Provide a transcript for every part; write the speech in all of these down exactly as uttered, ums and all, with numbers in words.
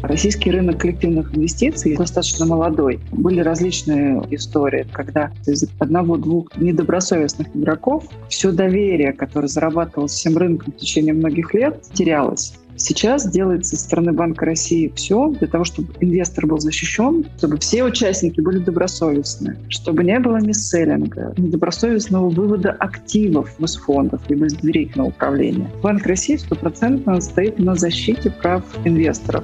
Российский рынок коллективных инвестиций достаточно молодой. Были различные истории, когда из одного-двух недобросовестных игроков все доверие, которое зарабатывалось всем рынком в течение многих лет, терялось. Сейчас делается со стороны Банка России все для того, чтобы инвестор был защищен, чтобы все участники были добросовестны, чтобы не было мисселлинга, недобросовестного вывода активов из фондов либо из доверительного управления. Банк России стопроцентно стоит на защите прав инвесторов.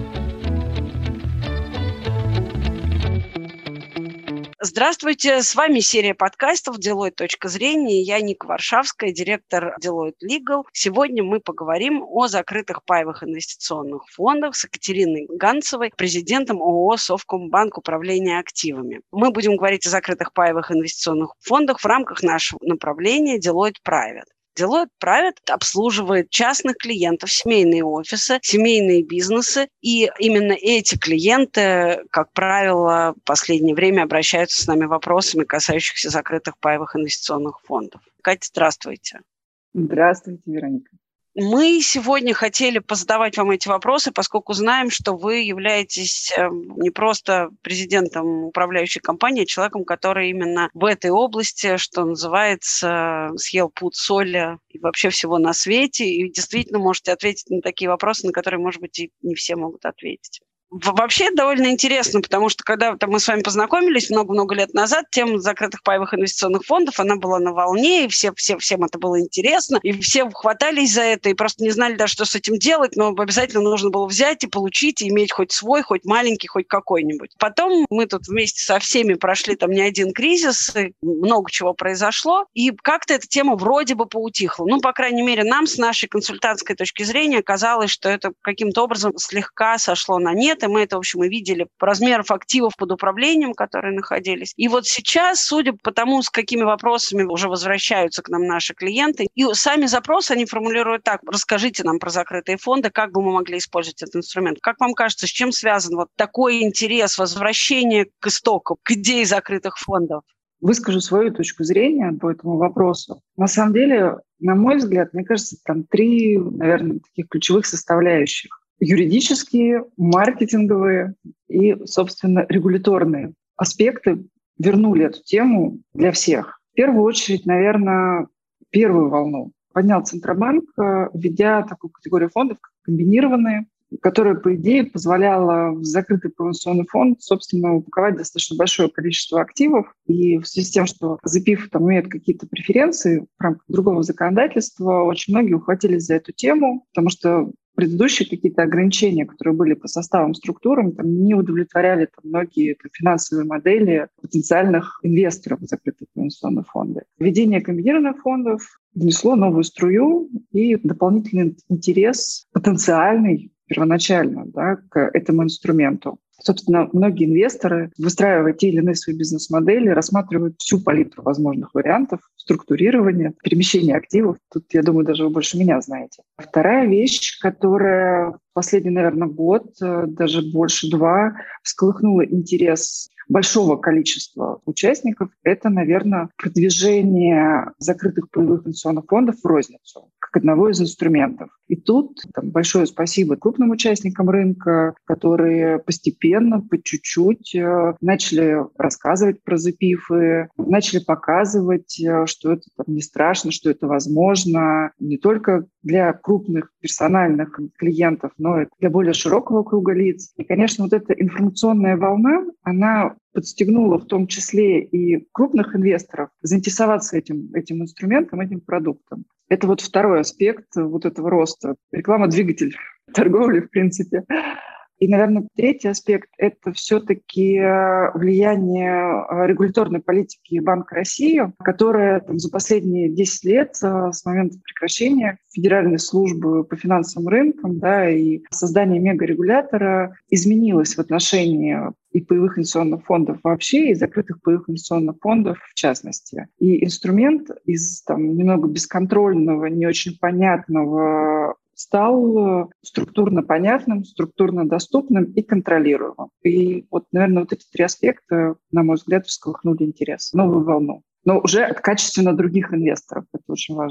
Здравствуйте, с вами серия подкастов «Deloitte. Точка зрения». Я Ника Варшавская, директор Deloitte Legal. Сегодня мы поговорим о закрытых паевых инвестиционных фондах с Екатериной Ганцевой, президентом ООО «Совкомбанк. Управление активами». Мы будем говорить о закрытых паевых инвестиционных фондах в рамках нашего направления Deloitte Private. Deloitte Private обслуживает частных клиентов, семейные офисы, семейные бизнесы. И именно эти клиенты, как правило, в последнее время обращаются с нами вопросами, касающихся закрытых паевых инвестиционных фондов. Катя, здравствуйте. Здравствуйте, Вероника. Мы сегодня хотели позадавать вам эти вопросы, поскольку знаем, что вы являетесь не просто президентом управляющей компании, а человеком, который именно в этой области, что называется, съел пуд соли и вообще всего на свете, и действительно можете ответить на такие вопросы, на которые, может быть, и не все могут ответить. Вообще довольно интересно, потому что когда мы с вами познакомились много-много лет назад, тема закрытых паевых инвестиционных фондов, она была на волне, и все, все, всем это было интересно, и все хватались за это, и просто не знали даже, что с этим делать, но обязательно нужно было взять и получить, и иметь хоть свой, хоть маленький, хоть какой-нибудь. Потом мы тут вместе со всеми прошли там не один кризис, много чего произошло, и как-то эта тема вроде бы поутихла. Ну, по крайней мере, нам с нашей консультантской точки зрения казалось, что это каким-то образом слегка сошло на нет, и мы это, в общем, и видели по размерам активов под управлением, которые находились. И вот сейчас, судя по тому, с какими вопросами уже возвращаются к нам наши клиенты, и сами запросы они формулируют так: расскажите нам про закрытые фонды, как бы мы могли использовать этот инструмент. Как вам кажется, с чем связан вот такой интерес, возвращение к истокам, к идее закрытых фондов? Выскажу свою точку зрения по этому вопросу. На самом деле, на мой взгляд, мне кажется, там три, наверное, таких ключевых составляющих. Юридические, маркетинговые и, собственно, регуляторные аспекты вернули эту тему для всех. В первую очередь, наверное, первую волну поднял Центробанк, введя такую категорию фондов, как комбинированные, которая, по идее, позволяла в закрытый инвестиционный фонд, собственно, упаковать достаточно большое количество активов. И в связи с тем, что ЗПИФ там имеет какие-то преференции в рамках другого законодательства, очень многие ухватились за эту тему, потому что предыдущие какие-то ограничения, которые были по составам, структурам, там, не удовлетворяли там, многие там, финансовые модели потенциальных инвесторов в закрытые инвестиционные фонды. Введение комбинированных фондов внесло новую струю и дополнительный интерес потенциальный первоначально, да, к этому инструменту. Собственно, многие инвесторы, выстраивая те или иные свои бизнес-модели, рассматривают всю палитру возможных вариантов структурирования, перемещения активов. Тут, я думаю, даже вы больше меня знаете. Вторая вещь, которая в последний, наверное, год, даже больше два, всколыхнула интерес большого количества участников, это, наверное, продвижение закрытых паевых инвестиционных фондов в розницу, как одного из инструментов. И тут там, большое спасибо крупным участникам рынка, которые постепенно, по чуть-чуть э, начали рассказывать про ЗПИФы, начали показывать, э, что это там, не страшно, что это возможно не только для крупных персональных клиентов, но и для более широкого круга лиц. И, конечно, вот эта информационная волна, она подстегнула в том числе и крупных инвесторов заинтересоваться этим, этим инструментом, этим продуктом. Это вот второй аспект вот этого роста. Реклама – двигатель торговли, в принципе. И, наверное, третий аспект – это все-таки влияние регуляторной политики Банка России, которая там, за последние десять лет, с момента прекращения Федеральной службы по финансовым рынкам, да, и создания мегарегулятора изменилась в отношении и паевых инвестиционных фондов вообще, и закрытых паевых инвестиционных фондов в частности. И инструмент из там, немного бесконтрольного, не очень понятного стал структурно понятным, структурно доступным и контролируемым. И вот, наверное, вот эти три аспекта, на мой взгляд, всколыхнули интерес, новую волну. Но уже от качественно других инвесторов. Это очень важно.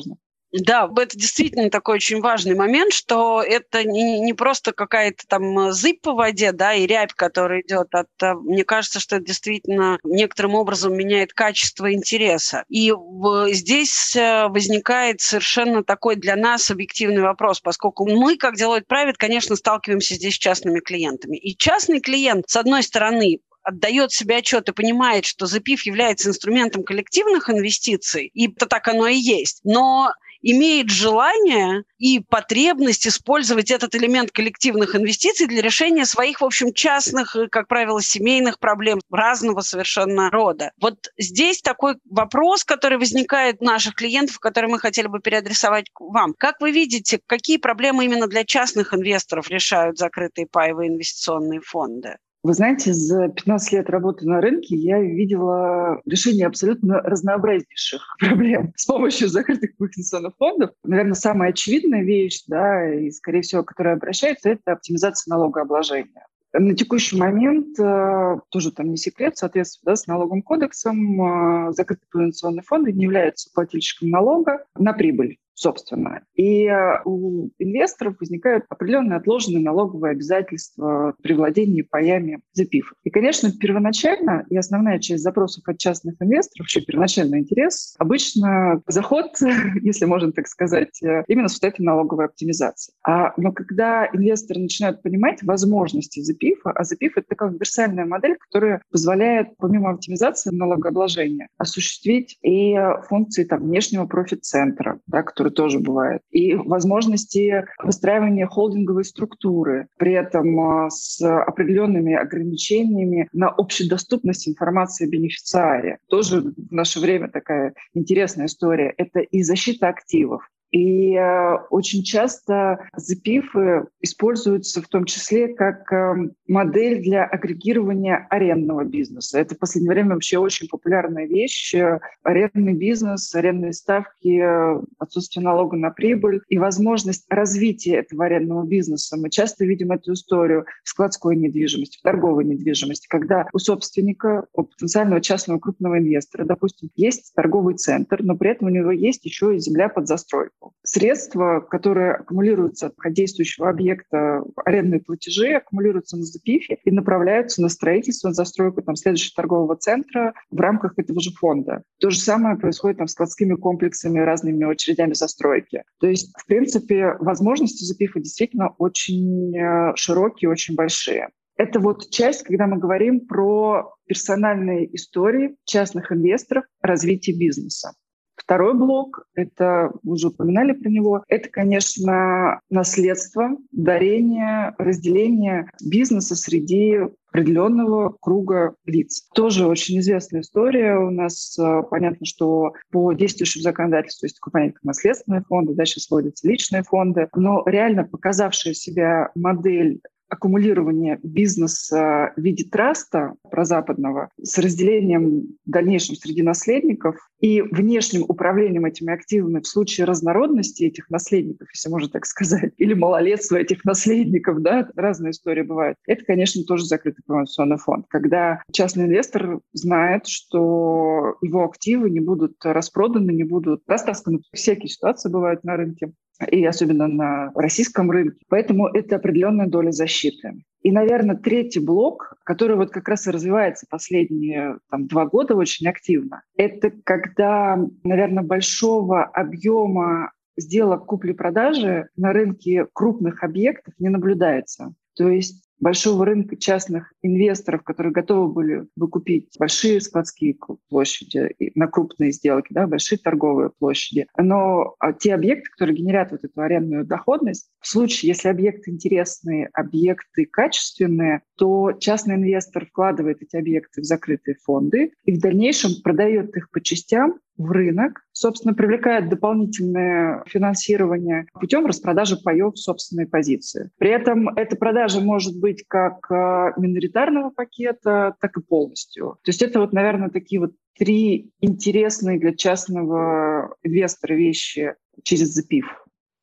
Да, это действительно такой очень важный момент, что это не, не просто какая-то там зыбь по воде, да, и рябь, которая идет от... Мне кажется, что это действительно некоторым образом меняет качество интереса. И в, здесь возникает совершенно такой для нас объективный вопрос, поскольку мы, как Deloitte Private, конечно, сталкиваемся здесь с частными клиентами. И частный клиент, с одной стороны, отдает себе отчет и понимает, что зэпиф является инструментом коллективных инвестиций, и это так оно и есть. Но имеет желание и потребность использовать этот элемент коллективных инвестиций для решения своих, в общем, частных, как правило, семейных проблем разного совершенно рода. Вот здесь такой вопрос, который возникает у наших клиентов, который мы хотели бы переадресовать к вам. Как вы видите, какие проблемы именно для частных инвесторов решают закрытые паевые инвестиционные фонды? Вы знаете, за пятнадцать лет работы на рынке я видела решение абсолютно разнообразнейших проблем с помощью закрытых инвестиционных фондов. Наверное, самая очевидная вещь, да, и, скорее всего, которая обращается, это оптимизация налогообложения. На текущий момент, тоже там не секрет, в соответствии, да, с налоговым кодексом, закрытые инвестиционные фонды не являются плательщиком налога на прибыль, собственно. И у инвесторов возникают определенные отложенные налоговые обязательства при владении паями зэпифов. И, конечно, первоначально и основная часть запросов от частных инвесторов, вообще первоначальный интерес, обычно заход, если можно так сказать, именно с вот этой налоговой оптимизацией. А, но когда инвесторы начинают понимать возможности зэпифа, а зэпиф — это такая универсальная модель, которая позволяет, помимо оптимизации налогообложения, осуществить и функции там, внешнего профит-центра, да, который тоже бывает, и возможности выстраивания холдинговой структуры, при этом с определенными ограничениями на общедоступность информации о бенефициаре. Тоже в наше время такая интересная история. Это и защита активов. И э, очень часто зэпифы используются в том числе как э, модель для агрегирования арендного бизнеса. Это в последнее время вообще очень популярная вещь. Арендный бизнес, арендные ставки, отсутствие налога на прибыль и возможность развития этого арендного бизнеса. Мы часто видим эту историю в складской недвижимости, в торговой недвижимости, когда у собственника, у потенциального частного крупного инвестора, допустим, есть торговый центр, но при этом у него есть еще и земля под застройку. Средства, которые аккумулируются от действующего объекта, арендные платежи, аккумулируются на зэпифе и направляются на строительство, на застройку там, следующего торгового центра в рамках этого же фонда. То же самое происходит там, с складскими комплексами, разными очередями застройки. То есть, в принципе, возможности зэпифа действительно очень широкие, очень большие. Это вот часть, когда мы говорим про персональные истории частных инвесторов развития бизнеса. Второй блок, это, вы уже упоминали про него, это, конечно, наследство, дарение, разделение бизнеса среди определенного круга лиц. Тоже очень известная история. У нас э, понятно, что по действующему законодательству есть такое понятие, как наследственные фонды, дальше вводятся личные фонды, но реально показавшая себя модель аккумулирование бизнеса в виде траста прозападного с разделением в дальнейшем среди наследников и внешним управлением этими активами в случае разнородности этих наследников, если можно так сказать, или малолетства этих наследников, да, разные истории бывают. Это, конечно, тоже закрытый инвестиционный фонд, когда частный инвестор знает, что его активы не будут распроданы, не будут растасканы. Всякие ситуации бывают на рынке, и особенно на российском рынке. Поэтому это определенная доля защиты. И, наверное, третий блок, который вот как раз и развивается последние там, два года очень активно, это когда, наверное, большого объема сделок купли-продажи на рынке крупных объектов не наблюдается. То есть большого рынка частных инвесторов, которые готовы были бы купить большие складские площади на крупные сделки, да, большие торговые площади. Но те объекты, которые генерят вот эту арендную доходность, в случае, если объекты интересные, объекты качественные, то частный инвестор вкладывает эти объекты в закрытые фонды и в дальнейшем продает их по частям в рынок, собственно, привлекает дополнительное финансирование путем распродажи паев в собственной позиции. При этом эта продажа может быть как миноритарного пакета, так и полностью. То есть это вот, наверное, такие вот три интересные для частного инвестора вещи через зэпиф.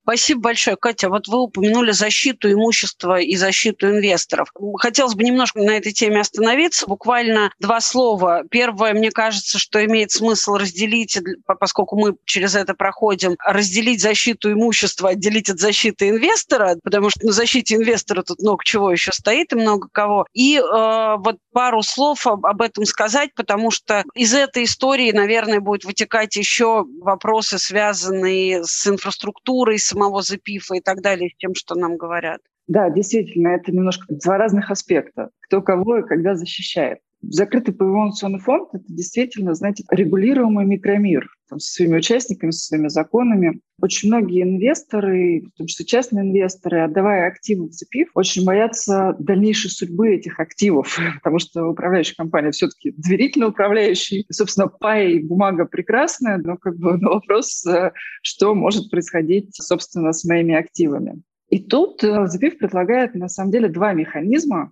Спасибо большое, Катя. Вот вы упомянули защиту имущества и защиту инвесторов. Хотелось бы немножко на этой теме остановиться. Буквально два слова. Первое, мне кажется, что имеет смысл разделить, поскольку мы через это проходим, разделить защиту имущества, отделить от защиты инвестора, потому что на защите инвестора тут много чего еще стоит и много кого. И э, вот пару слов об, об этом сказать, потому что из этой истории, наверное, будет вытекать еще вопросы, связанные с инфраструктурой, с самого ЗПИФа и так далее, с тем, что нам говорят. Да, действительно, это немножко два разных аспекта. Кто кого и когда защищает. Закрытый инвестиционный фонд – это действительно, знаете, регулируемый микромир там, со своими участниками, со своими законами. Очень многие инвесторы, в том числе частные инвесторы, отдавая активы в ЗПИФ, очень боятся дальнейшей судьбы этих активов, потому что управляющая компания все-таки доверительно управляющий. И, собственно, пай, бумага прекрасная, но как бы на вопрос, что может происходить, собственно, с моими активами. И тут ЗПИФ предлагает, на самом деле, два механизма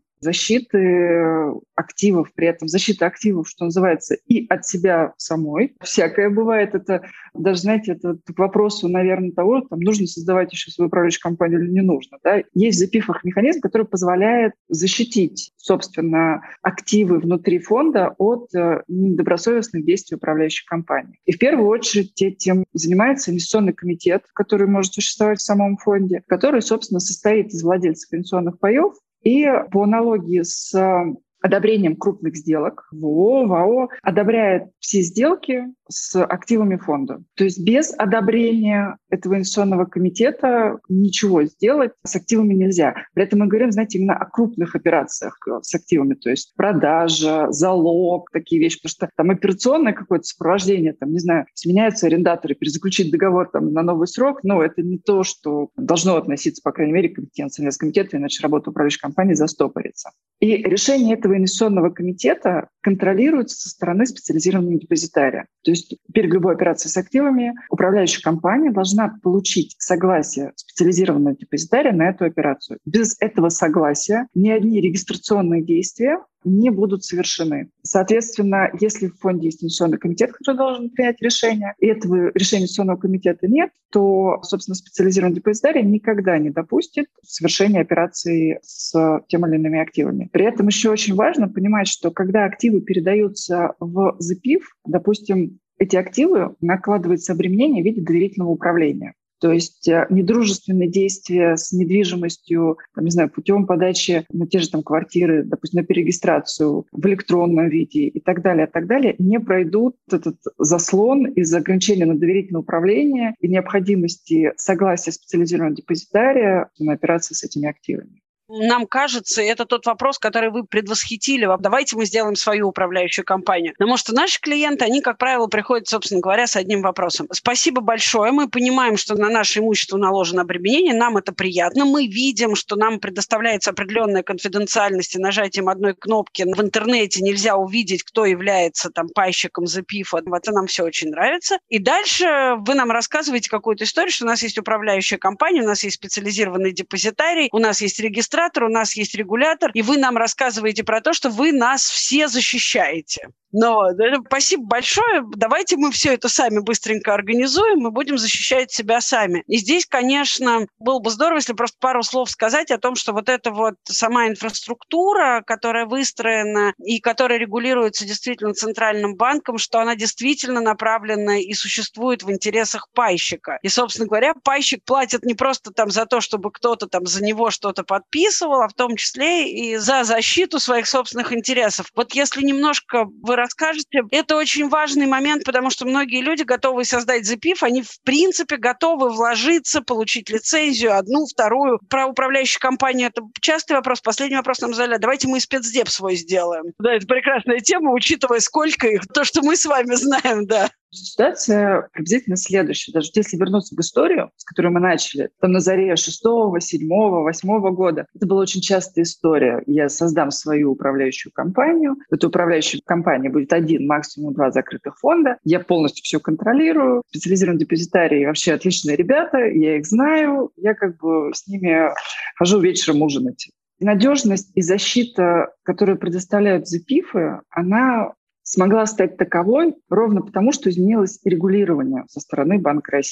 защиты активов, при этом защита активов, что называется, и от себя самой. Всякое бывает. Это даже, знаете, это к вопросу, наверное, того, там, нужно создавать еще свою управляющую компанию или не нужно. Да? Есть в ЗПИФах механизм, который позволяет защитить, собственно, активы внутри фонда от э, недобросовестных действий управляющей компании. И в первую очередь этим занимается инвестиционный комитет, который может существовать в самом фонде, который, собственно, состоит из владельцев пенсионных паев, и по аналогии с одобрением крупных сделок ВО, ВАО одобряет все сделки с активами фонда. То есть без одобрения этого инвестиционного комитета ничего сделать с активами нельзя. При этом мы говорим, знаете, именно о крупных операциях с активами, то есть продажа, залог, такие вещи, потому что там операционное какое-то сопровождение, там, не знаю, сменяются арендаторы, перезаключить договор там, на новый срок, но это не то, что должно относиться, по крайней мере, к компетенции инвесткомитета, иначе работа управляющей компании застопорится. И решение этого инвестиционного комитета контролируется со стороны специализированного депозитария. То есть перед любой операцией с активами управляющая компания должна получить согласие специализированного депозитария на эту операцию. Без этого согласия ни одни регистрационные действия не будут совершены. Соответственно, если в фонде есть инвестиционный комитет, который должен принять решение, и этого решения инвестиционного комитета нет, то, собственно, специализированный депозитарий никогда не допустит совершения операции с теми или иными активами. При этом еще очень важно понимать, что когда активы передаются в ЗПИФ, допустим, эти активы накладывается обременение в виде доверительного управления. То есть недружественные действия с недвижимостью, там, не знаю, путем подачи на те же там квартиры, допустим, на перерегистрацию в электронном виде и так далее, и так далее, не пройдут этот заслон из-за ограничения на доверительное управление и необходимости согласия специализированного депозитария на операции с этими активами. Нам кажется, это тот вопрос, который вы предвосхитили. Давайте мы сделаем свою управляющую компанию. Потому что наши клиенты, они, как правило, приходят, собственно говоря, с одним вопросом. Спасибо большое. Мы понимаем, что на наше имущество наложено обременение. Нам это приятно. Мы видим, что нам предоставляется определенная конфиденциальность, и нажатием одной кнопки в интернете нельзя увидеть, кто является там пайщиком ЗПИФа. Это нам все очень нравится. И дальше вы нам рассказываете какую-то историю, что у нас есть управляющая компания, у нас есть специализированный депозитарий, у нас есть регистратор, у нас есть регулятор, и вы нам рассказываете про то, что вы нас все защищаете. Но да, спасибо большое. Давайте мы все это сами быстренько организуем и будем защищать себя сами. И здесь, конечно, было бы здорово, если просто пару слов сказать о том, что вот эта вот сама инфраструктура, которая выстроена и которая регулируется действительно Центральным банком, что она действительно направлена и существует в интересах пайщика. И, собственно говоря, пайщик платит не просто там за то, чтобы кто-то там за него что-то подписывал, а в том числе и за защиту своих собственных интересов. Вот если немножко вы расскажете. Это очень важный момент, потому что многие люди, готовые создать ЗПИФ, они в принципе готовы вложиться, получить лицензию, одну, вторую. Про управляющую компанию это частый вопрос. Последний вопрос нам задали. Давайте мы спецдеп свой сделаем. Да, это прекрасная тема, учитывая, сколько их. То, что мы с вами знаем, да. Ситуация приблизительно следующая. Даже если вернуться в историю, с которой мы начали, там на заре шестого, седьмого, восьмого года, это была очень частая история. Я создам свою управляющую компанию. В этой управляющей компании будет один, максимум два закрытых фонда. Я полностью все контролирую. Специализированные депозитарии вообще отличные ребята. Я их знаю. Я как бы с ними хожу вечером ужинать. Надежность и защита, которую предоставляют ЗПИФы, она смогла стать таковой ровно потому, что изменилось регулирование со стороны Банка России.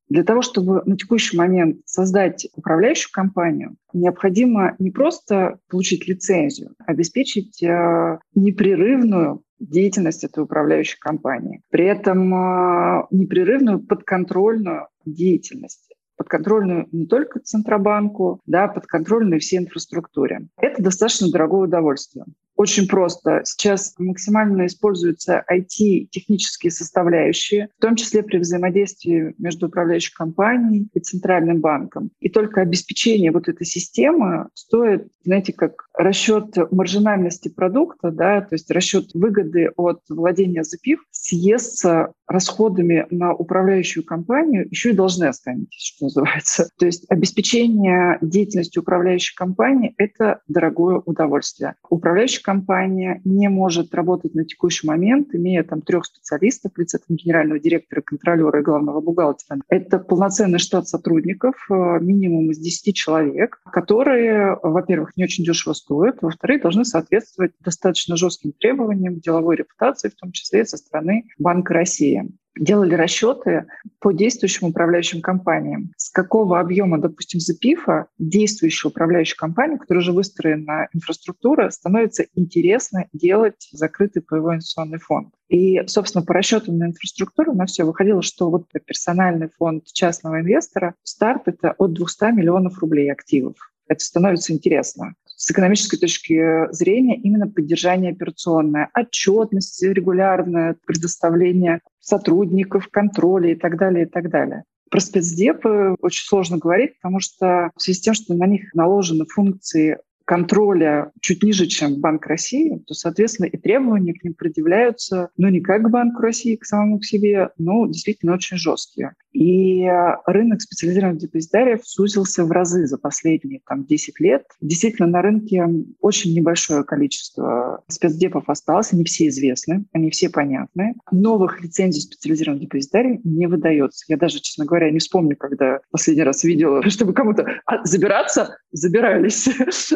Для того, чтобы на текущий момент создать управляющую компанию, необходимо не просто получить лицензию, а обеспечить э, непрерывную деятельность этой управляющей компании. При этом э, непрерывную подконтрольную деятельность. Подконтрольную не только Центробанку, да, подконтрольную всей инфраструктуре. Это достаточно дорогое удовольствие. Очень просто. Сейчас максимально используются ай ти-технические составляющие, в том числе при взаимодействии между управляющей компанией и Центральным банком. И только обеспечение вот этой системы стоит, знаете, как расчет маржинальности продукта, да, то есть расчет выгоды от владения зэпиф съестся расходами на управляющую компанию, еще и должны останетесь, что называется. То есть обеспечение деятельности управляющей компании — это дорогое удовольствие. Управляющая компания не может работать на текущий момент, имея там трех специалистов, в лице там, генерального директора, контролера и главного бухгалтера. Это полноценный штат сотрудников, минимум из десяти человек, которые, во-первых, не очень дешево стоят, во-вторых, должны соответствовать достаточно жестким требованиям деловой репутации, в том числе со стороны Банка России. Делали расчеты по действующим управляющим компаниям. С какого объема, допустим, зэпифа действующая управляющая компания, которая уже выстроена инфраструктура, становится интересно делать закрытый паевой инвестиционный фонд. И, собственно, по расчетам на инфраструктуру на все выходило, что вот персональный фонд частного инвестора, старт — это от двухсот миллионов рублей активов. Это становится интересно. С экономической точки зрения именно поддержание операционное, отчетность регулярное, предоставление сотрудников, контроля и так далее, и так далее. Про спецдепы очень сложно говорить, потому что в связи с тем, что на них наложены функции контроля чуть ниже, чем Банк России, то, соответственно, и требования к ним предъявляются, ну, не как к Банку России, к самому к себе, но действительно очень жесткие. И рынок специализированных депозитариев сузился в разы за последние там, десять лет. Действительно, на рынке очень небольшое количество спецдепов осталось, они все известны, они все понятны. Новых лицензий специализированных депозитариев не выдается. Я даже, честно говоря, не вспомню, когда последний раз видела, чтобы кому-то а, забираться, забирались.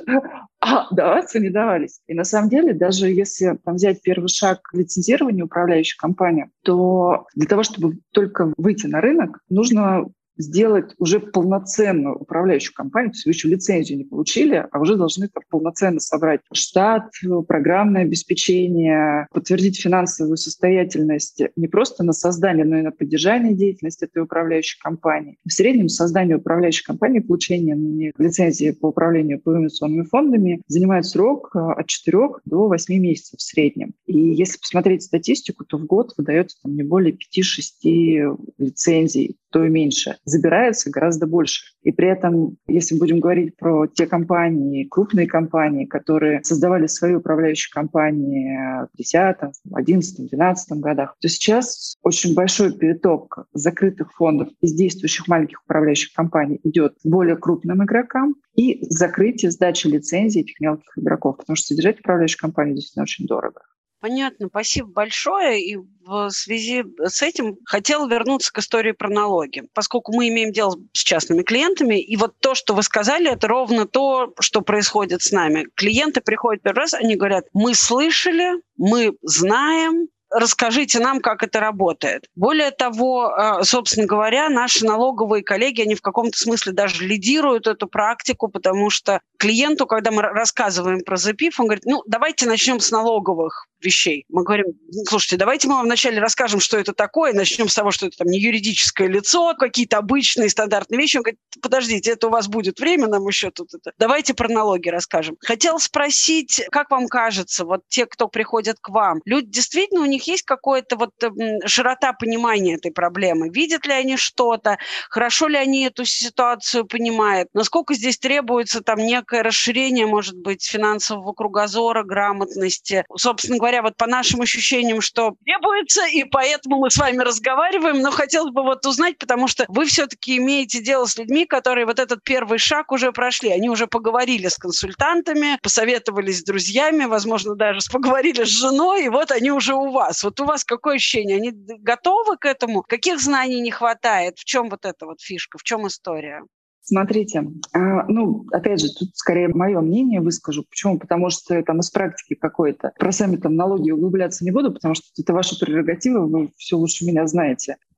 А даваться не давались. И на самом деле, даже если там, взять первый шаг к лицензированию управляющей компании, то для того, чтобы только выйти на рынок, нужно сделать уже полноценную управляющую компанию, то есть вы еще лицензию не получили, а уже должны там полноценно собрать штат, программное обеспечение, подтвердить финансовую состоятельность не просто на создание, но и на поддержание деятельности этой управляющей компании. В среднем создание управляющей компании, получение лицензии по управлению по инвестиционными фондами занимает срок от четырёх до восьми месяцев в среднем. И если посмотреть статистику, то в год выдается там, не более пяти-шести лицензий, то и меньше. Забирается гораздо больше. И при этом, если будем говорить про те компании, крупные компании, которые создавали свои управляющие компании в десятом, одиннадцатом, двенадцатом годах, то сейчас очень большой переток закрытых фондов из действующих маленьких управляющих компаний идет более крупным игрокам и закрытие, сдачи лицензий этих мелких игроков, потому что содержать управляющую компанию действительно очень дорого. Понятно, спасибо большое. И в связи с этим хотела вернуться к истории про налоги, поскольку мы имеем дело с частными клиентами. И вот то, что вы сказали, это ровно то, что происходит с нами. Клиенты приходят первый раз, они говорят, мы слышали, мы знаем, расскажите нам, как это работает. Более того, собственно говоря, наши налоговые коллеги, они в каком-то смысле даже лидируют эту практику, потому что клиенту, когда мы рассказываем про зэпиф, он говорит, ну, давайте начнем с налоговых вещей. Мы говорим, слушайте, давайте мы вам вначале расскажем, что это такое, начнем с того, что это там не юридическое лицо, какие-то обычные стандартные вещи. Он говорит, подождите, это у вас будет время, нам еще тут это. Давайте про налоги расскажем. Хотела спросить, как вам кажется, вот те, кто приходят к вам, люди действительно, у них есть какая-то вот широта понимания этой проблемы? Видят ли они что-то? Хорошо ли они эту ситуацию понимают? Насколько здесь требуется там некое расширение, может быть, финансового кругозора, грамотности? Собственно говоря, вот по нашим ощущениям, что требуется, и поэтому мы с вами разговариваем, но хотелось бы вот узнать, потому что вы все-таки имеете дело с людьми, которые вот этот первый шаг уже прошли. Они уже поговорили с консультантами, посоветовались с друзьями, возможно, даже поговорили с женой, и вот они уже у вас. Вот у вас какое ощущение? Они готовы к этому? Каких знаний не хватает? В чем вот эта вот фишка? В чем история? Смотрите, ну, опять же, тут скорее мое мнение выскажу. Почему? Потому что там из практики какой-то. Про сами там налоги углубляться не буду, потому что это ваша прерогатива, вы все лучше меня знаете.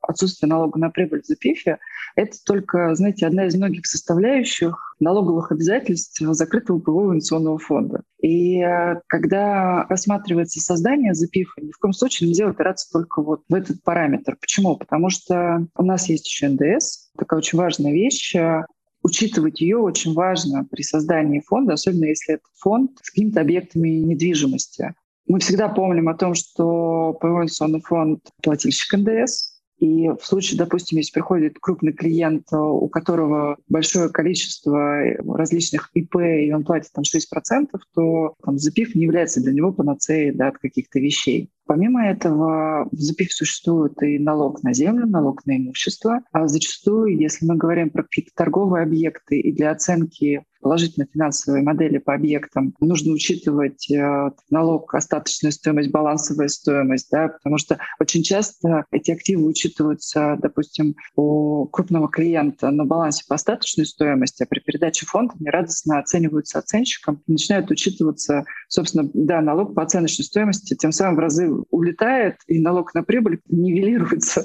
отсутствие налога на прибыль в ЗПИФе — это только, знаете, одна из многих составляющих налоговых обязательств закрытого паевого инвестиционного фонда. И когда рассматривается создание ЗПИФа, ни в коем случае нельзя упираться только вот в этот параметр. Почему? Потому что у нас есть еще эн дэ эс, такая очень важная вещь. Учитывать ее очень важно при создании фонда, особенно если это фонд с какими-то объектами недвижимости. Мы всегда помним о том, что паевой инвестиционный фонд — плательщик эн дэ эс. И в случае, допустим, если приходит крупный клиент, у которого большое количество различных и пэ, и он платит там шесть процентов, то там, ЗПИФ не является для него панацеей, да, от каких-то вещей. Помимо этого, в ЗПИФ существует и налог на землю, налог на имущество. А зачастую, если мы говорим про какие-то торговые объекты и для оценки положительной финансовой модели по объектам, нужно учитывать э, налог, остаточная стоимость, балансовая стоимость, да, потому что очень часто эти активы учитываются, допустим, у крупного клиента на балансе по остаточной стоимости, а при передаче фонда нерадостно оцениваются оценщиком и начинают учитываться, собственно, да, налог по оценочной стоимости, тем самым в разы улетает, и налог на прибыль нивелируется.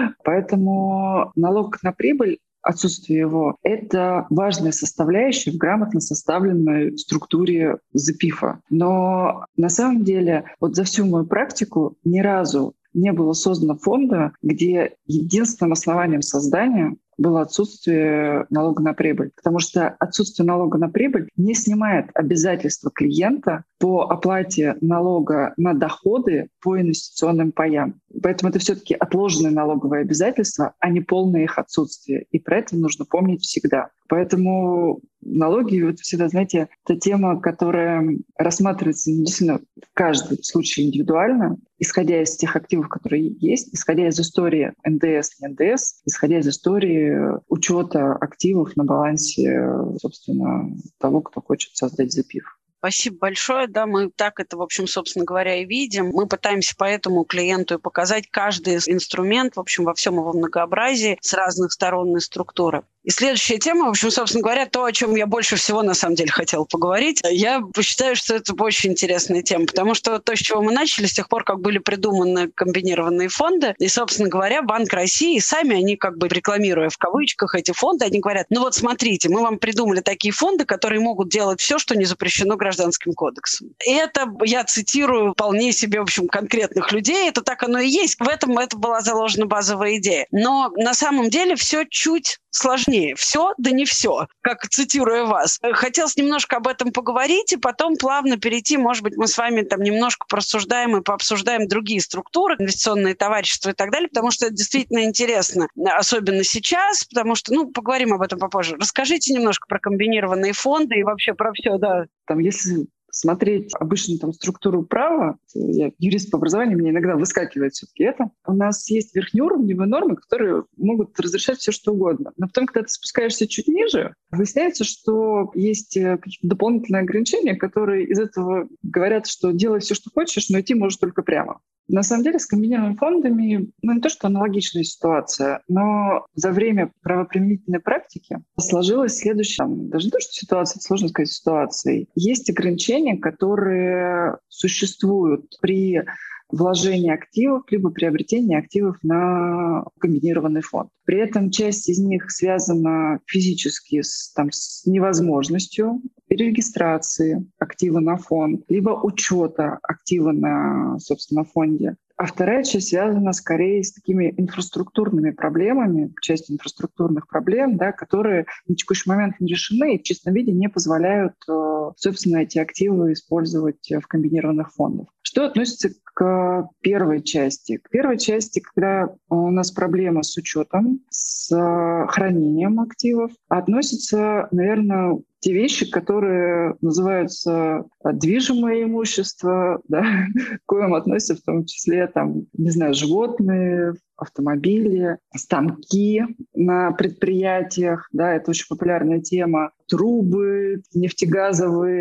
Поэтому налог на прибыль, отсутствие его — это важная составляющая в грамотно составленной структуре ЗПИФа. Но на самом деле вот за всю мою практику ни разу не было создано фонда, где единственным основанием создания было отсутствие налога на прибыль. Потому что отсутствие налога на прибыль не снимает обязательства клиента по оплате налога на доходы по инвестиционным паям. Поэтому это все-таки отложенные налоговые обязательства, а не полное их отсутствие. И про это нужно помнить всегда. Поэтому налоги, вот всегда, знаете, это тема, которая рассматривается действительно в каждом случае индивидуально, исходя из тех активов, которые есть, исходя из истории эн дэ эс и эн дэ эс, исходя из истории учета активов на балансе, собственно, того, кто хочет создать ЗПИФ. Спасибо большое. Да, мы так это, в общем, собственно говоря, и видим. Мы пытаемся поэтому клиенту и показать каждый инструмент, в общем, во всем его многообразии, с разных сторон и структуры. И следующая тема, в общем, собственно говоря, то, о чем я больше всего, на самом деле, хотела поговорить. Я считаю, что это очень интересная тема, потому что то, с чего мы начали, с тех пор, как были придуманы комбинированные фонды, и, собственно говоря, Банк России, сами они, как бы рекламируя в кавычках эти фонды, они говорят: ну вот смотрите, мы вам придумали такие фонды, которые могут делать все, что не запрещено гражданским кодексом. И это, я цитирую вполне себе, в общем, конкретных людей, это так оно и есть. В этом это была заложена базовая идея. Но на самом деле все чуть сложнее. Все, да не все, как цитируя вас. Хотелось немножко об этом поговорить и потом плавно перейти, может быть, мы с вами там немножко порассуждаем и пообсуждаем другие структуры, инвестиционные товарищества и так далее, потому что это действительно интересно, особенно сейчас, потому что, ну, поговорим об этом попозже. Расскажите немножко про комбинированные фонды и вообще про все, да. Там, если смотреть обычную там структуру права, я юрист по образованию, мне иногда выскакивает все-таки это. У нас есть верхнеуровневые нормы, которые могут разрешать все что угодно. Но потом, когда ты спускаешься чуть ниже, выясняется, что есть какие-то дополнительные ограничения, которые из этого говорят, что делай все, что хочешь, но идти можешь только прямо. На самом деле с комбинированными фондами, ну не то, что аналогичная ситуация, но за время правоприменительной практики сложилась следующая, даже не то, что ситуация, сложно сказать ситуацией. Есть ограничения, которые существуют при вложении активов либо приобретении активов на комбинированный фонд. При этом часть из них связана физически с, там, с невозможностью перерегистрации актива на фонд, либо учета актива на, собственно, фонде. А вторая часть связана скорее с такими инфраструктурными проблемами, часть инфраструктурных проблем, да, которые на текущий момент не решены и в чистом виде не позволяют, собственно, эти активы использовать в комбинированных фондах. Что относится к первой части? К первой части, когда у нас проблема с учетом, с хранением активов, относятся, наверное, те вещи, которые называются движимое имущество, да, к коим относятся в том числе, там, не знаю, животные, автомобили, станки на предприятиях, да, это очень популярная тема, трубы нефтегазовые,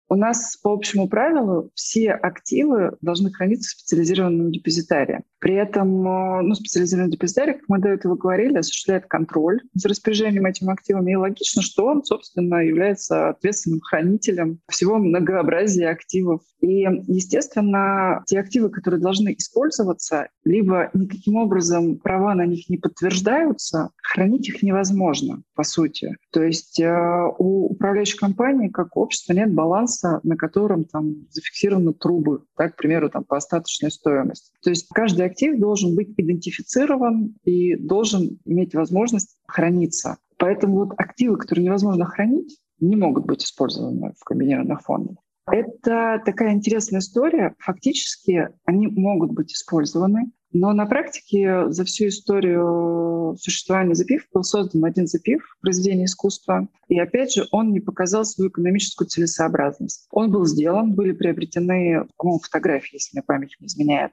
У нас по общему правилу все активы должны храниться в специализированном депозитарии. При этом ну, специализированный депозитарий, как мы до этого говорили, осуществляет контроль за распоряжением этими активами. И логично, что он, собственно, является ответственным хранителем всего многообразия активов. И, естественно, те активы, которые должны использоваться, либо никаким образом права на них не подтверждаются, хранить их невозможно, по сути. То есть э, у управляющей компании, как общества, нет баланса, на котором там зафиксированы трубы, так, к примеру, там, по остаточной стоимости. То есть каждый актив должен быть идентифицирован и должен иметь возможность храниться. Поэтому вот активы, которые невозможно хранить, не могут быть использованы в комбинированных фондах. Это такая интересная история. Фактически они могут быть использованы, но на практике за всю историю существования зэпиф был создан один зэпиф, произведение искусства, и опять же он не показал свою экономическую целесообразность. Он был сделан, были приобретены, по-моему, фотографии, если мне память не изменяет.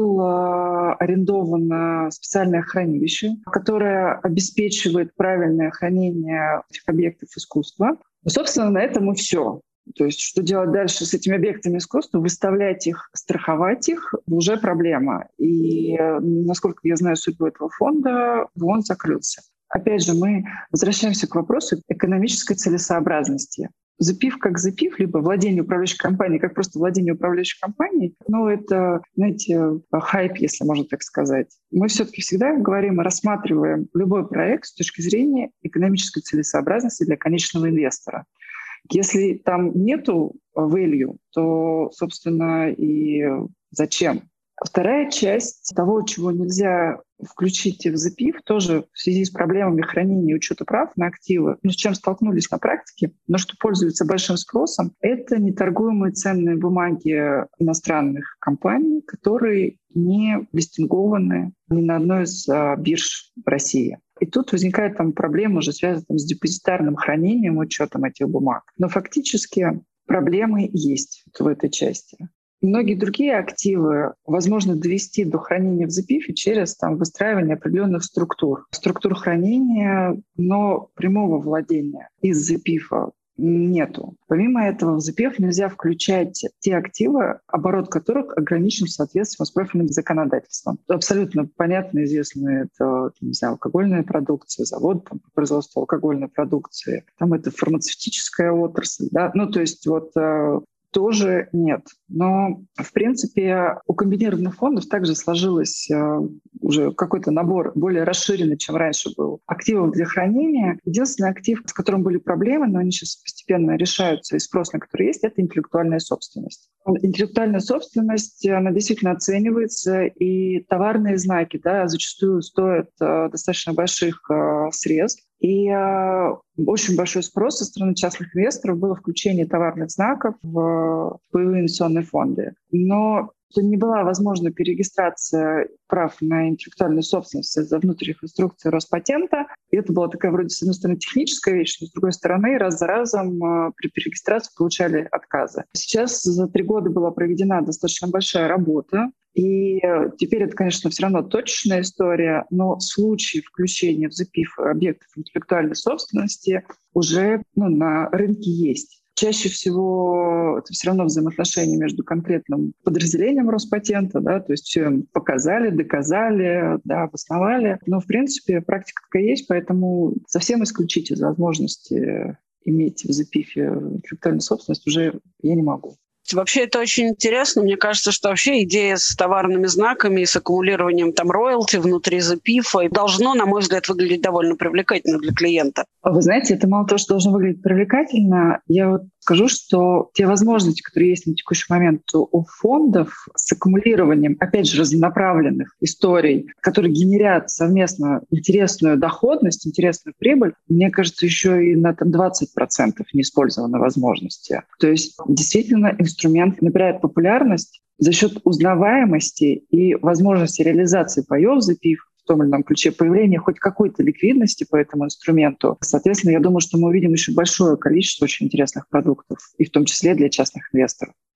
Было арендовано специальное хранилище, которое обеспечивает правильное хранение этих объектов искусства. И, собственно, на этом и все. То есть что делать дальше с этими объектами искусства? Выставлять их, страховать их — уже проблема. И, насколько я знаю судьбу этого фонда, он закрылся. Опять же, мы возвращаемся к вопросу экономической целесообразности. зэпиф как зэпиф, либо владение управляющей компанией как просто владение управляющей компанией, ну, это, знаете, хайп, если можно так сказать. Мы все-таки всегда говорим и рассматриваем любой проект с точки зрения экономической целесообразности для конечного инвестора. Если там нету value, то, собственно, и зачем? Вторая часть того, чего нельзя включить в зэпиф, тоже в связи с проблемами хранения и учета прав на активы, ну, с чем столкнулись на практике, но что пользуется большим спросом, это неторгуемые ценные бумаги иностранных компаний, которые не листингованы ни на одной из а, бирж в России. И тут возникает там проблема, уже связанная там, с депозитарным хранением, учетом этих бумаг. Но фактически проблемы есть в этой части. Многие другие активы возможно довести до хранения в зэпифе через там, выстраивание определенных структур. Структур хранения, но прямого владения из зэпифа нету. Помимо этого, в зэпиф нельзя включать те активы, оборот которых ограничен в соответствии с профильным законодательством. Абсолютно понятно, известно, это не знаю, алкогольная продукция, завод там, по производству алкогольной продукции, там это фармацевтическая отрасль. Да? Ну, то есть вот тоже нет. Но, в принципе, у комбинированных фондов также сложилось э, уже какой-то набор более расширенный, чем раньше был, активов для хранения. Единственный актив, с которым были проблемы, но они сейчас постепенно решаются, и спрос на который есть, это интеллектуальная собственность. Интеллектуальная собственность, она действительно оценивается, и товарные знаки, да, зачастую стоят э, достаточно больших э, средств. И э, очень большой спрос со стороны частных инвесторов было включение товарных знаков в паевые инвестиционные фонды. Но не была возможна перерегистрация прав на интеллектуальную собственность из-за внутренних инструкций Роспатента. И это была такая вроде, с одной стороны, техническая вещь, но с другой стороны, раз за разом э, при перерегистрации получали отказы. Сейчас за три года была проведена достаточно большая работа. И теперь это, конечно, все равно точечная история, но случаи включения в зэпиф объектов интеллектуальной собственности уже ну, на рынке есть. Чаще всего это все равно взаимоотношения между конкретным подразделением Роспатента, да, то есть все им показали, доказали, да, обосновали. Но, в принципе, практика такая есть, поэтому совсем исключить из возможности иметь в зэпифе интеллектуальную собственность уже я не могу. Вообще это очень интересно. Мне кажется, что вообще идея с товарными знаками и с аккумулированием там роялти внутри зэпифа должно, на мой взгляд, выглядеть довольно привлекательно для клиента. Вы знаете, это мало того, что должно выглядеть привлекательно. Я вот скажу, что те возможности, которые есть на текущий момент у фондов с аккумулированием, опять же, разнонаправленных историй, которые генерят совместно интересную доходность, интересную прибыль, мне кажется, еще и на там, двадцать процентов неиспользованы возможности. То есть действительно инструмент набирает популярность за счет узнаваемости и возможности реализации паёв зэпиф в том или ином ключе, появление хоть какой-то ликвидности по этому инструменту. Соответственно, я думаю, что мы увидим еще большое количество очень интересных продуктов, и в том числе для частных инвесторов.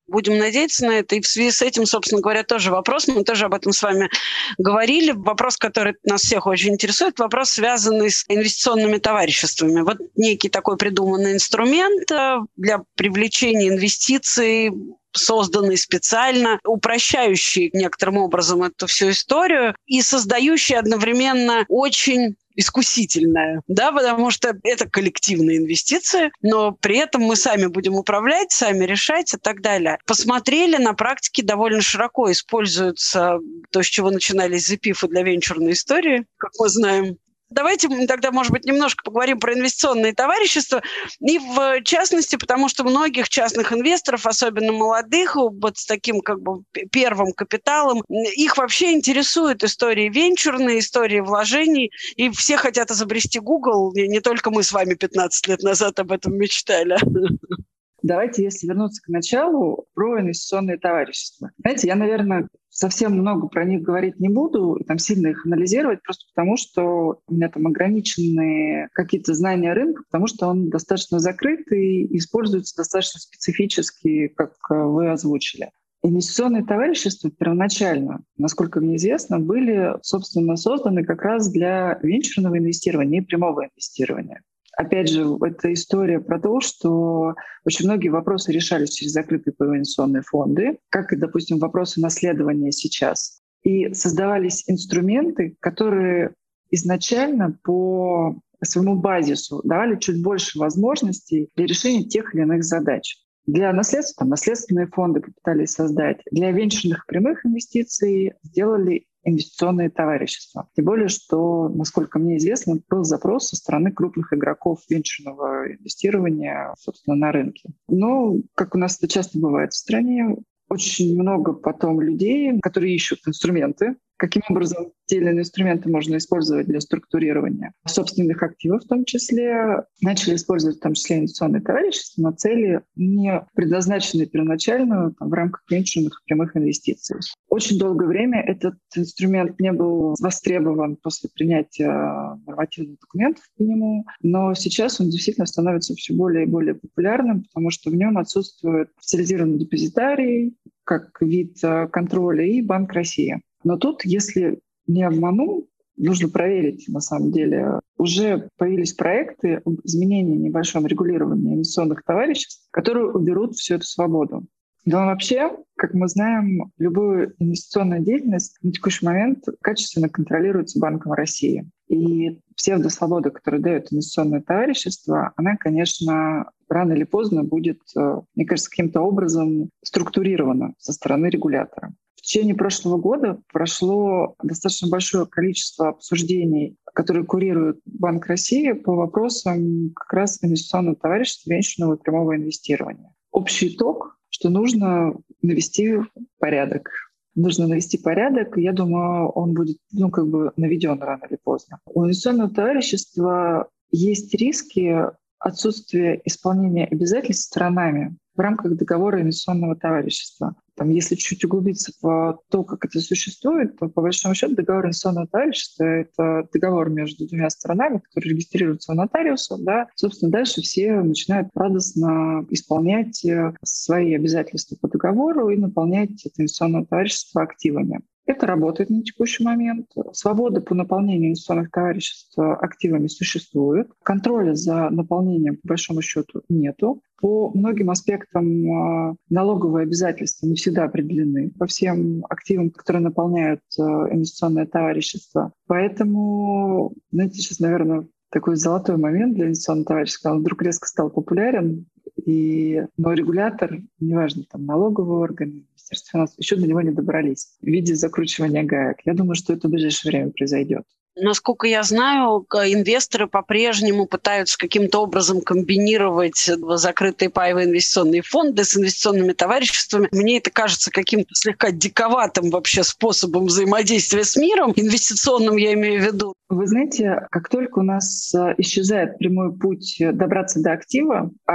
Будем надеяться на это. И в связи с этим, собственно говоря, тоже вопрос. Мы тоже об этом с вами говорили. Вопрос, который нас всех очень интересует, вопрос, связанный с инвестиционными товариществами. Вот некий такой придуманный инструмент для привлечения инвестиций, созданный специально, упрощающий некоторым образом эту всю историю и создающий одновременно очень искусительная, да, потому что это коллективные инвестиции, но при этом мы сами будем управлять, сами решать и так далее. Посмотрели, на практике довольно широко используется то, с чего начинались зэпифы для венчурной истории, как мы знаем. Давайте мы тогда, может быть, немножко поговорим про инвестиционные товарищества. И в частности, потому что многих частных инвесторов, особенно молодых, вот с таким как бы первым капиталом, их вообще интересуют истории венчурные, истории вложений. И все хотят изобрести Google. И не только мы с вами пятнадцать лет назад об этом мечтали. Давайте, если вернуться к началу, про инвестиционные товарищества. Знаете, я, наверное, совсем много про них говорить не буду, и там сильно их анализировать, просто потому что у меня там ограниченные какие-то знания рынка, потому что он достаточно закрыт и используется достаточно специфически, как вы озвучили. Инвестиционные товарищества первоначально, насколько мне известно, были, собственно, созданы как раз для венчурного инвестирования и прямого инвестирования. Опять же, это история про то, что очень многие вопросы решались через закрытые инвестиционные фонды, как и, допустим, вопросы наследования сейчас. И создавались инструменты, которые изначально по своему базису давали чуть больше возможностей для решения тех или иных задач. Для наследства там, наследственные фонды попытались создать, для венчурных прямых инвестиций сделали инвестиционные товарищества. Тем более, что, насколько мне известно, был запрос со стороны крупных игроков венчурного инвестирования, собственно, на рынке. Но, как у нас это часто бывает в стране, очень много потом людей, которые ищут инструменты, каким образом те или иные инструменты можно использовать для структурирования собственных активов в том числе. Начали использовать в том числе инвестиционные товарищества на цели, не предназначенные первоначально там, в рамках венчурных прямых инвестиций. Очень долгое время этот инструмент не был востребован после принятия нормативных документов по нему, но сейчас он действительно становится все более и более популярным, потому что в нем отсутствует специализированный депозитарий как вид контроля и Банк России. Но тут, если не обману, нужно проверить, на самом деле, уже появились проекты об изменении небольшом регулировании инвестиционных товариществ, которые уберут всю эту свободу. Но вообще, как мы знаем, любую инвестиционную деятельность на текущий момент качественно контролируется Банком России. И псевдосвобода, которую дает инвестиционное товарищество, она, конечно, рано или поздно будет, мне кажется, каким-то образом структурирована со стороны регулятора. В течение прошлого года прошло достаточно большое количество обсуждений, которые курирует Банк России по вопросам как раз инвестиционного товарищества, венчурного и прямого инвестирования. Общий итог, что нужно навести порядок. Нужно навести порядок, и я думаю, он будет ну, как бы наведен рано или поздно. У инвестиционного товарищества есть риски отсутствия исполнения обязательств сторонами в рамках договора инвестиционного товарищества. Там, если чуть углубиться в то, как это существует, то, по большому счету, договор инвестиционного товарищества — это договор между двумя сторонами, который регистрируется у нотариуса. Да. Собственно, дальше все начинают радостно исполнять свои обязательства по договору и наполнять это инвестиционное товарищество активами. Это работает на текущий момент. Свобода по наполнению инвестиционных товариществ активами существует. Контроля за наполнением, по большому счету, нету. По многим аспектам налоговые обязательства не всегда определены по всем активам, которые наполняют инвестиционное товарищество. Поэтому, знаете, сейчас, наверное, такой золотой момент для инвестиционного товарищества. Он вдруг резко стал популярен, и, но регулятор, неважно, там налоговый орган, Министерство финансов, еще до него не добрались в виде закручивания гаек. Я думаю, что это в ближайшее время произойдет. Насколько я знаю, инвесторы по-прежнему пытаются каким-то образом комбинировать закрытые паевые инвестиционные фонды с инвестиционными товариществами. Мне это кажется каким-то слегка диковатым вообще способом взаимодействия с миром. Инвестиционным я имею в виду. Вы знаете, как только у нас исчезает прямой путь добраться до актива, а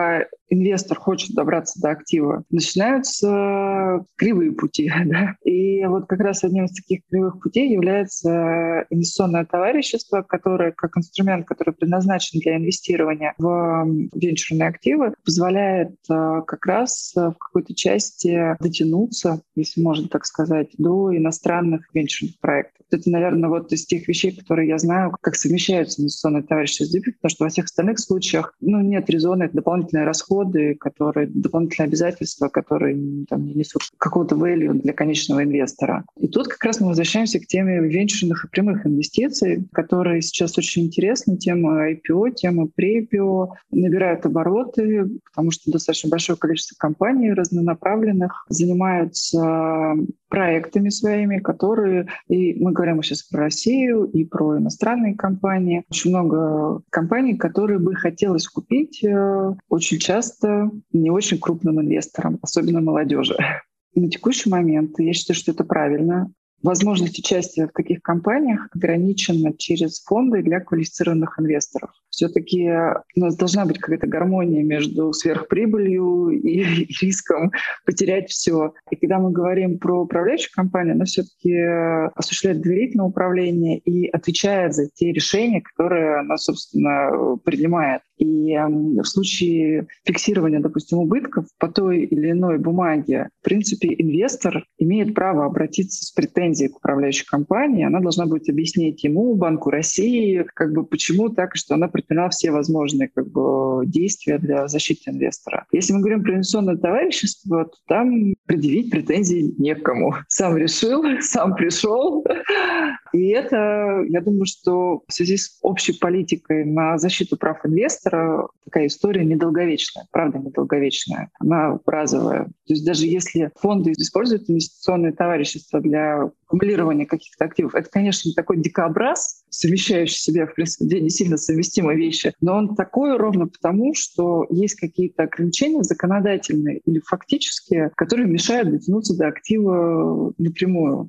инвестор хочет добраться до актива, начинаются кривые пути. Да? И вот как раз одним из таких кривых путей является инвестиционное товарищество, которое как инструмент, который предназначен для инвестирования в венчурные активы, позволяет как раз в какой-то части дотянуться, если можно так сказать, до иностранных венчурных проектов. Это, наверное, вот из тех вещей, которые я знаю, как совмещаются инвестиционные товарищества с ди пи, потому что во всех остальных случаях ну, нет резона, это дополнительные расходы, которые, дополнительные обязательства, которые там, не несут какого-то value для конечного инвестора. И тут как раз мы возвращаемся к теме венчурных и прямых инвестиций, которые сейчас очень интересны. Тема ай пи о, тема pre-ай пи о набирают обороты, потому что достаточно большое количество компаний разнонаправленных занимаются проектами своими, которые, и мы говорим сейчас про Россию и про иностранные компании, очень много компаний, которые бы хотелось купить э, очень часто не очень крупным инвесторам, особенно молодежи. На текущий момент я считаю, что это правильно. Возможность участия в таких компаниях ограничена через фонды для квалифицированных инвесторов. Все-таки у нас должна быть какая-то гармония между сверхприбылью и риском потерять все. И когда мы говорим про управляющую компанию, она все-таки осуществляет доверительное управление и отвечает за те решения, которые она, собственно, принимает. И в случае фиксирования, допустим, убытков по той или иной бумаге, в принципе, инвестор имеет право обратиться с претензией к управляющей компании. Она должна будет объяснить ему, Банку России, как бы почему так, что она предприняла все возможные как бы, действия для защиты инвестора. Если мы говорим про инвестиционное товарищество, то там предъявить претензий некому. Сам решил, сам пришел. И это, я думаю, что в связи с общей политикой на защиту прав инвестора такая история недолговечная, правда недолговечная, она разовая. То есть даже если фонды используют инвестиционные товарищества для аккумулирования каких-то активов, это, конечно, такой дикообраз, совмещающий в себе, в принципе, две не сильно совместимые вещи, но он такой ровно потому, что есть какие-то ограничения законодательные или фактические, которые мешают дотянуться до актива напрямую.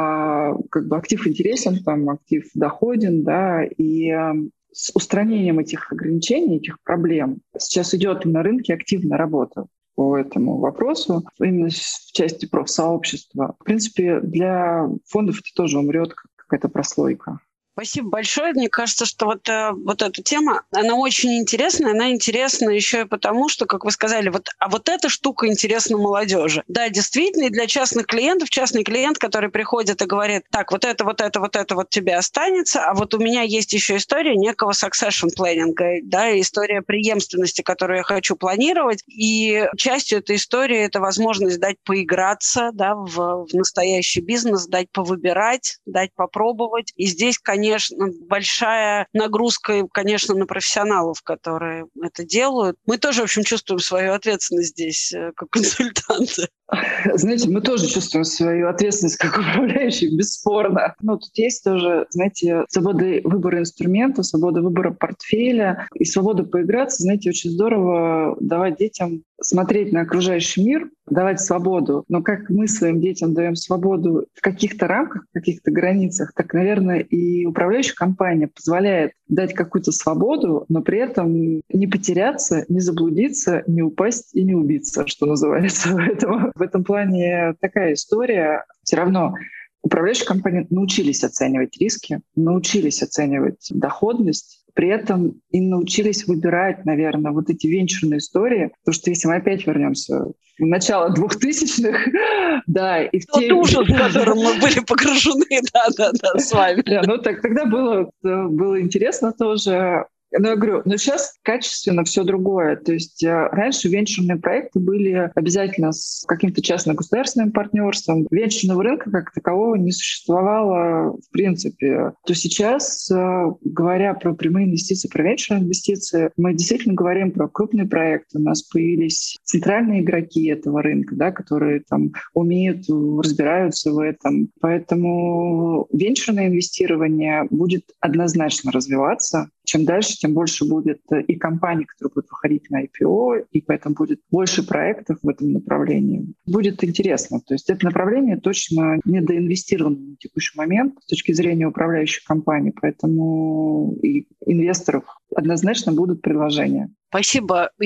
А как бы актив интересен, там актив доходен, да, и с устранением этих ограничений, этих проблем сейчас идет на рынке активная работа по этому вопросу, именно в части профсообщества. В принципе, для фондов это тоже умрет какая-то прослойка. Спасибо большое. Мне кажется, что вот, э, вот эта тема, она очень интересная. Она интересна еще и потому, что, как вы сказали, вот, а вот эта штука интересна молодежи. Да, действительно, и для частных клиентов, частный клиент, который приходит и говорит, так, вот это, вот это, вот это вот тебе останется, а вот у меня есть еще история некого succession planning, да, история преемственности, которую я хочу планировать, и частью этой истории это возможность дать поиграться, да, в, в настоящий бизнес, дать повыбирать, дать попробовать. И здесь, конечно, Конечно, большая нагрузка, конечно, на профессионалов, которые это делают. Мы тоже, в общем, чувствуем свою ответственность здесь, как консультанты. Знаете, мы тоже чувствуем свою ответственность как управляющие, бесспорно. Но тут есть тоже, знаете, свобода выбора инструментов, свобода выбора портфеля и свобода поиграться. Знаете, очень здорово давать детям смотреть на окружающий мир, давать свободу. Но как мы своим детям даем свободу в каких-то рамках, в каких-то границах, так, наверное, и управляющая компания позволяет дать какую-то свободу, но при этом не потеряться, не заблудиться, не упасть и не убиться, что называется. Поэтому в этом плане такая история. Все равно управляющие компании научились оценивать риски, научились оценивать доходность, при этом и научились выбирать, наверное, вот эти венчурные истории. Потому что если мы опять вернемся в начало двухтысячных, да, и в те... Тот ужас, в котором мы были погружены, да-да-да, с вами. Да, ну так, тогда было, было интересно тоже. Но я говорю, но сейчас качественно все другое. То есть раньше венчурные проекты были обязательно с каким-то частно-государственным партнерством. Венчурного рынка как такового не существовало в принципе. То сейчас, говоря про прямые инвестиции, про венчурные инвестиции, мы действительно говорим про крупные проекты. У нас появились центральные игроки этого рынка, да, которые там умеют, разбираются в этом. Поэтому венчурное инвестирование будет однозначно развиваться. Чем дальше, тем больше будет и компаний, которые будут выходить на ай пи о, и поэтому будет больше проектов в этом направлении. Будет интересно. То есть это направление точно недоинвестировано на текущий момент с точки зрения управляющих компаний, поэтому и инвесторов однозначно будут предложения. Спасибо. И вот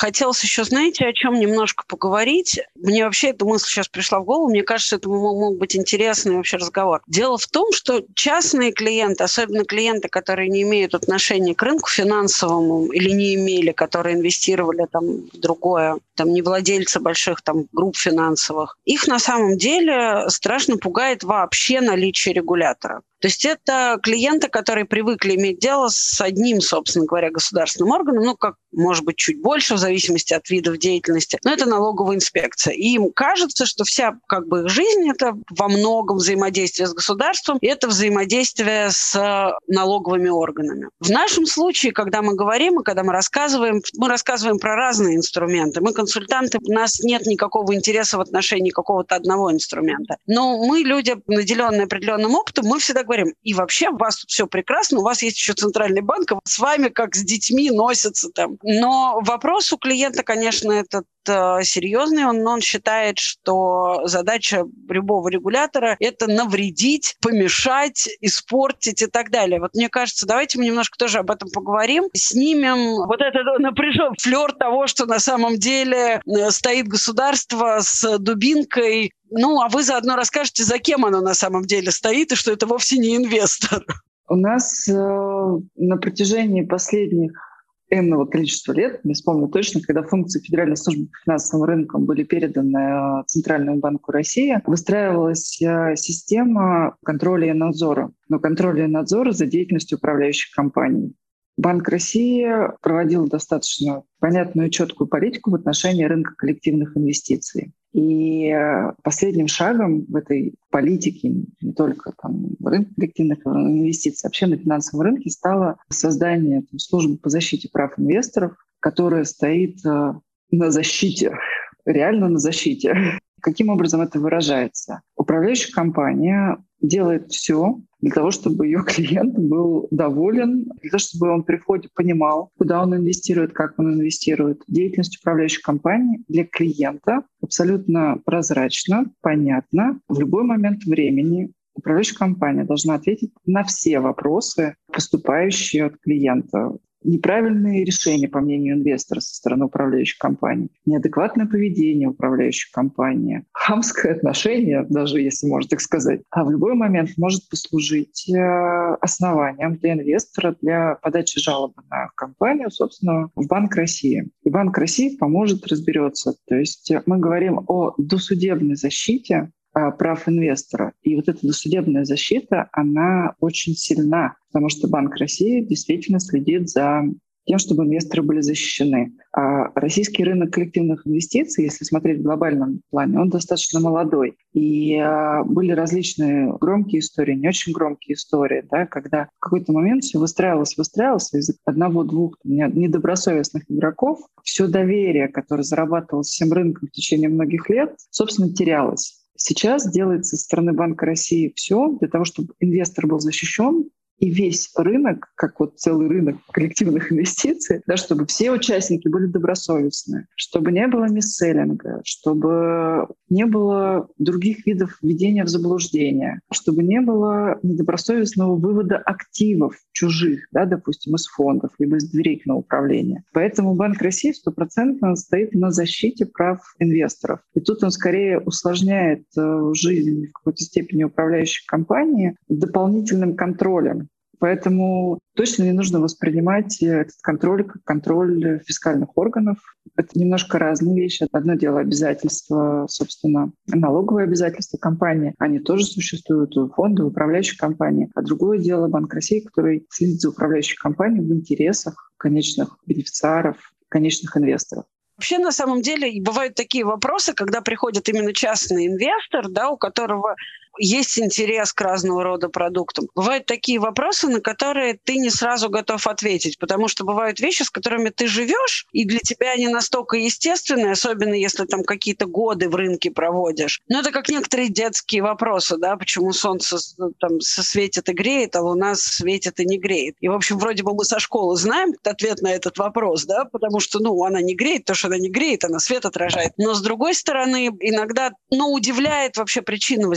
Хотелось еще, знаете, о чем немножко поговорить. Мне вообще эта мысль сейчас пришла в голову. Мне кажется, это мог, мог быть интересный вообще разговор. Дело в том, что частные клиенты, особенно клиенты, которые не имеют отношения к рынку финансовому или не имели, которые инвестировали там, в другое, там, не владельцы больших там, групп финансовых, их на самом деле страшно пугает вообще наличие регулятора. То есть это клиенты, которые привыкли иметь дело с одним, собственно говоря, государственным органом, ну, как, может быть, чуть больше, в зависимости от видов деятельности, но это налоговая инспекция. И им кажется, что вся как бы их жизнь – это во многом взаимодействие с государством, и это взаимодействие с налоговыми органами. В нашем случае, когда мы говорим и когда мы рассказываем, мы рассказываем про разные инструменты. Мы консультанты, у нас нет никакого интереса в отношении какого-то одного инструмента. Но мы, люди, наделенные определенным опытом, мы всегда говорим, и вообще у вас тут все прекрасно, у вас есть еще Центральный банк, а с вами как с детьми носятся там. Но вопрос у клиента, конечно, этот э, серьезный. Он, он считает, что задача любого регулятора – это навредить, помешать, испортить и так далее. Вот мне кажется, давайте мы немножко тоже об этом поговорим. Снимем вот этот напряженный флёр того, что на самом деле стоит государство с дубинкой. Ну, а вы заодно расскажете, за кем оно на самом деле стоит, и что это вовсе не инвестор. У нас э, на протяжении последних энного количества лет, не вспомню точно, когда функции Федеральной службы по финансовым рынкам были переданы Центральному банку России, выстраивалась э, система контроля и надзора. Но контроля и надзора за деятельностью управляющих компаний. Банк России проводил достаточно понятную и четкую политику в отношении рынка коллективных инвестиций. И последним шагом в этой политике, не только там, в рынке коллективных инвестиций, вообще на финансовом рынке стало создание там, службы по защите прав инвесторов, которая стоит на защите, реально на защите. Каким образом это выражается? Управляющая компания делает все для того, чтобы ее клиент был доволен, для того, чтобы он при входе понимал, куда он инвестирует, как он инвестирует. Деятельность управляющей компании для клиента абсолютно прозрачна, понятна. В любой момент времени управляющая компания должна ответить на все вопросы, поступающие от клиента. Неправильные решения, по мнению инвестора, со стороны управляющей компании, неадекватное поведение управляющей компании, хамское отношение, даже если можно так сказать, а в любой момент может послужить основанием для инвестора для подачи жалобы на компанию, собственно, в Банк России. И Банк России поможет разберется. То есть мы говорим о досудебной защите прав инвестора. И вот эта досудебная защита, она очень сильна, потому что Банк России действительно следит за тем, чтобы инвесторы были защищены. А российский рынок коллективных инвестиций, если смотреть в глобальном плане, он достаточно молодой. И а, были различные громкие истории, не очень громкие истории, да, когда в какой-то момент все выстраивалось, выстраивалось, из одного-двух недобросовестных игроков все доверие, которое зарабатывалось всем рынком в течение многих лет, собственно, терялось. Сейчас делается со стороны Банка России все для того, чтобы инвестор был защищен, и весь рынок, как вот целый рынок коллективных инвестиций, да, чтобы все участники были добросовестны, чтобы не было мисселлинга, чтобы не было других видов введения в заблуждение, чтобы не было недобросовестного вывода активов чужих, да, допустим, из фондов, либо из доверительного управления. Поэтому Банк России стопроцентно стоит на защите прав инвесторов. И тут он скорее усложняет жизнь в какой-то степени управляющей компании дополнительным контролем. Поэтому точно не нужно воспринимать этот контроль как контроль фискальных органов. Это немножко разные вещи. Одно дело обязательства, собственно, налоговые обязательства компании. Они тоже существуют у фонда, у управляющей компании. А другое дело Банк России, который следит за управляющей компанией в интересах конечных бенефициаров, конечных инвесторов. Вообще, на самом деле, бывают такие вопросы, когда приходит именно частный инвестор, да, у которого есть интерес к разного рода продуктам. Бывают такие вопросы, на которые ты не сразу готов ответить, потому что бывают вещи, с которыми ты живешь, и для тебя они настолько естественные, особенно если там какие-то годы в рынке проводишь. Но это как некоторые детские вопросы, да, почему солнце там светит и греет, а луна светит и не греет. И, в общем, вроде бы мы со школы знаем ответ на этот вопрос, да, потому что, ну, она не греет, то, что она не греет, она свет отражает. Но, с другой стороны, иногда, ну, удивляет вообще причина возникновения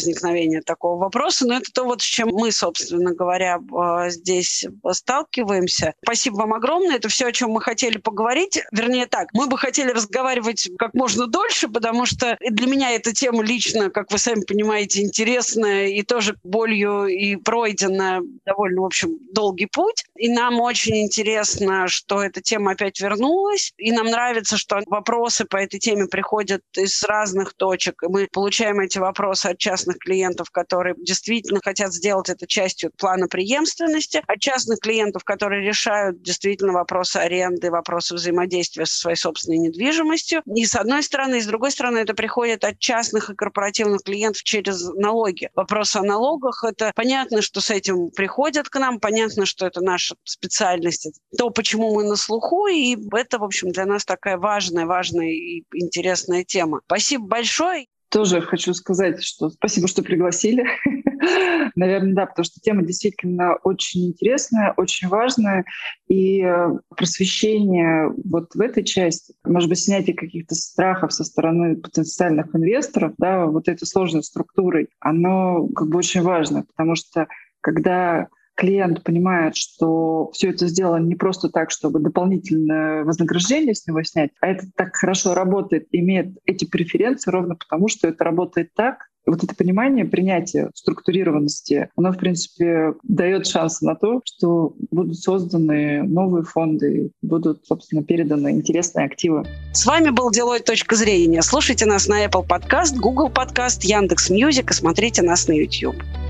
рассмотрения такого вопроса, но это то, вот с чем мы, собственно говоря, здесь сталкиваемся. Спасибо вам огромное. Это все, о чем мы хотели поговорить. Вернее так, мы бы хотели разговаривать как можно дольше, потому что для меня эта тема лично, как вы сами понимаете, интересная и тоже болью и пройдена довольно, в общем, долгий путь. И нам очень интересно, что эта тема опять вернулась. И нам нравится, что вопросы по этой теме приходят из разных точек. И мы получаем эти вопросы от частных клиентов, которые действительно хотят сделать это частью плана преемственности, от частных клиентов, которые решают действительно вопросы аренды, вопросы взаимодействия со своей собственной недвижимостью. И с одной стороны, и с другой стороны, это приходит от частных и корпоративных клиентов через налоги. Вопрос о налогах — это понятно, что с этим приходят к нам, понятно, что это наша специальность, то, почему мы на слуху, и это, в общем, для нас такая важная, важная и интересная тема. Спасибо большое. Тоже хочу сказать, что спасибо, что пригласили. Наверное, да, потому что тема действительно очень интересная, очень важная. И просвещение вот в этой части, может быть, снятие каких-то страхов со стороны потенциальных инвесторов, да, вот этой сложной структурой, оно как бы очень важно, потому что когда клиент понимает, что все это сделано не просто так, чтобы дополнительное вознаграждение с него снять, а это так хорошо работает, имеет эти преференции ровно потому, что это работает так. И вот это понимание, принятие структурированности, оно, в принципе, дает шансы на то, что будут созданы новые фонды, будут, собственно, переданы интересные активы. С вами был Deloitte «Точка зрения». Слушайте нас на Apple Podcast, Google Podcast, Яндекс.Мьюзик и смотрите нас на YouTube.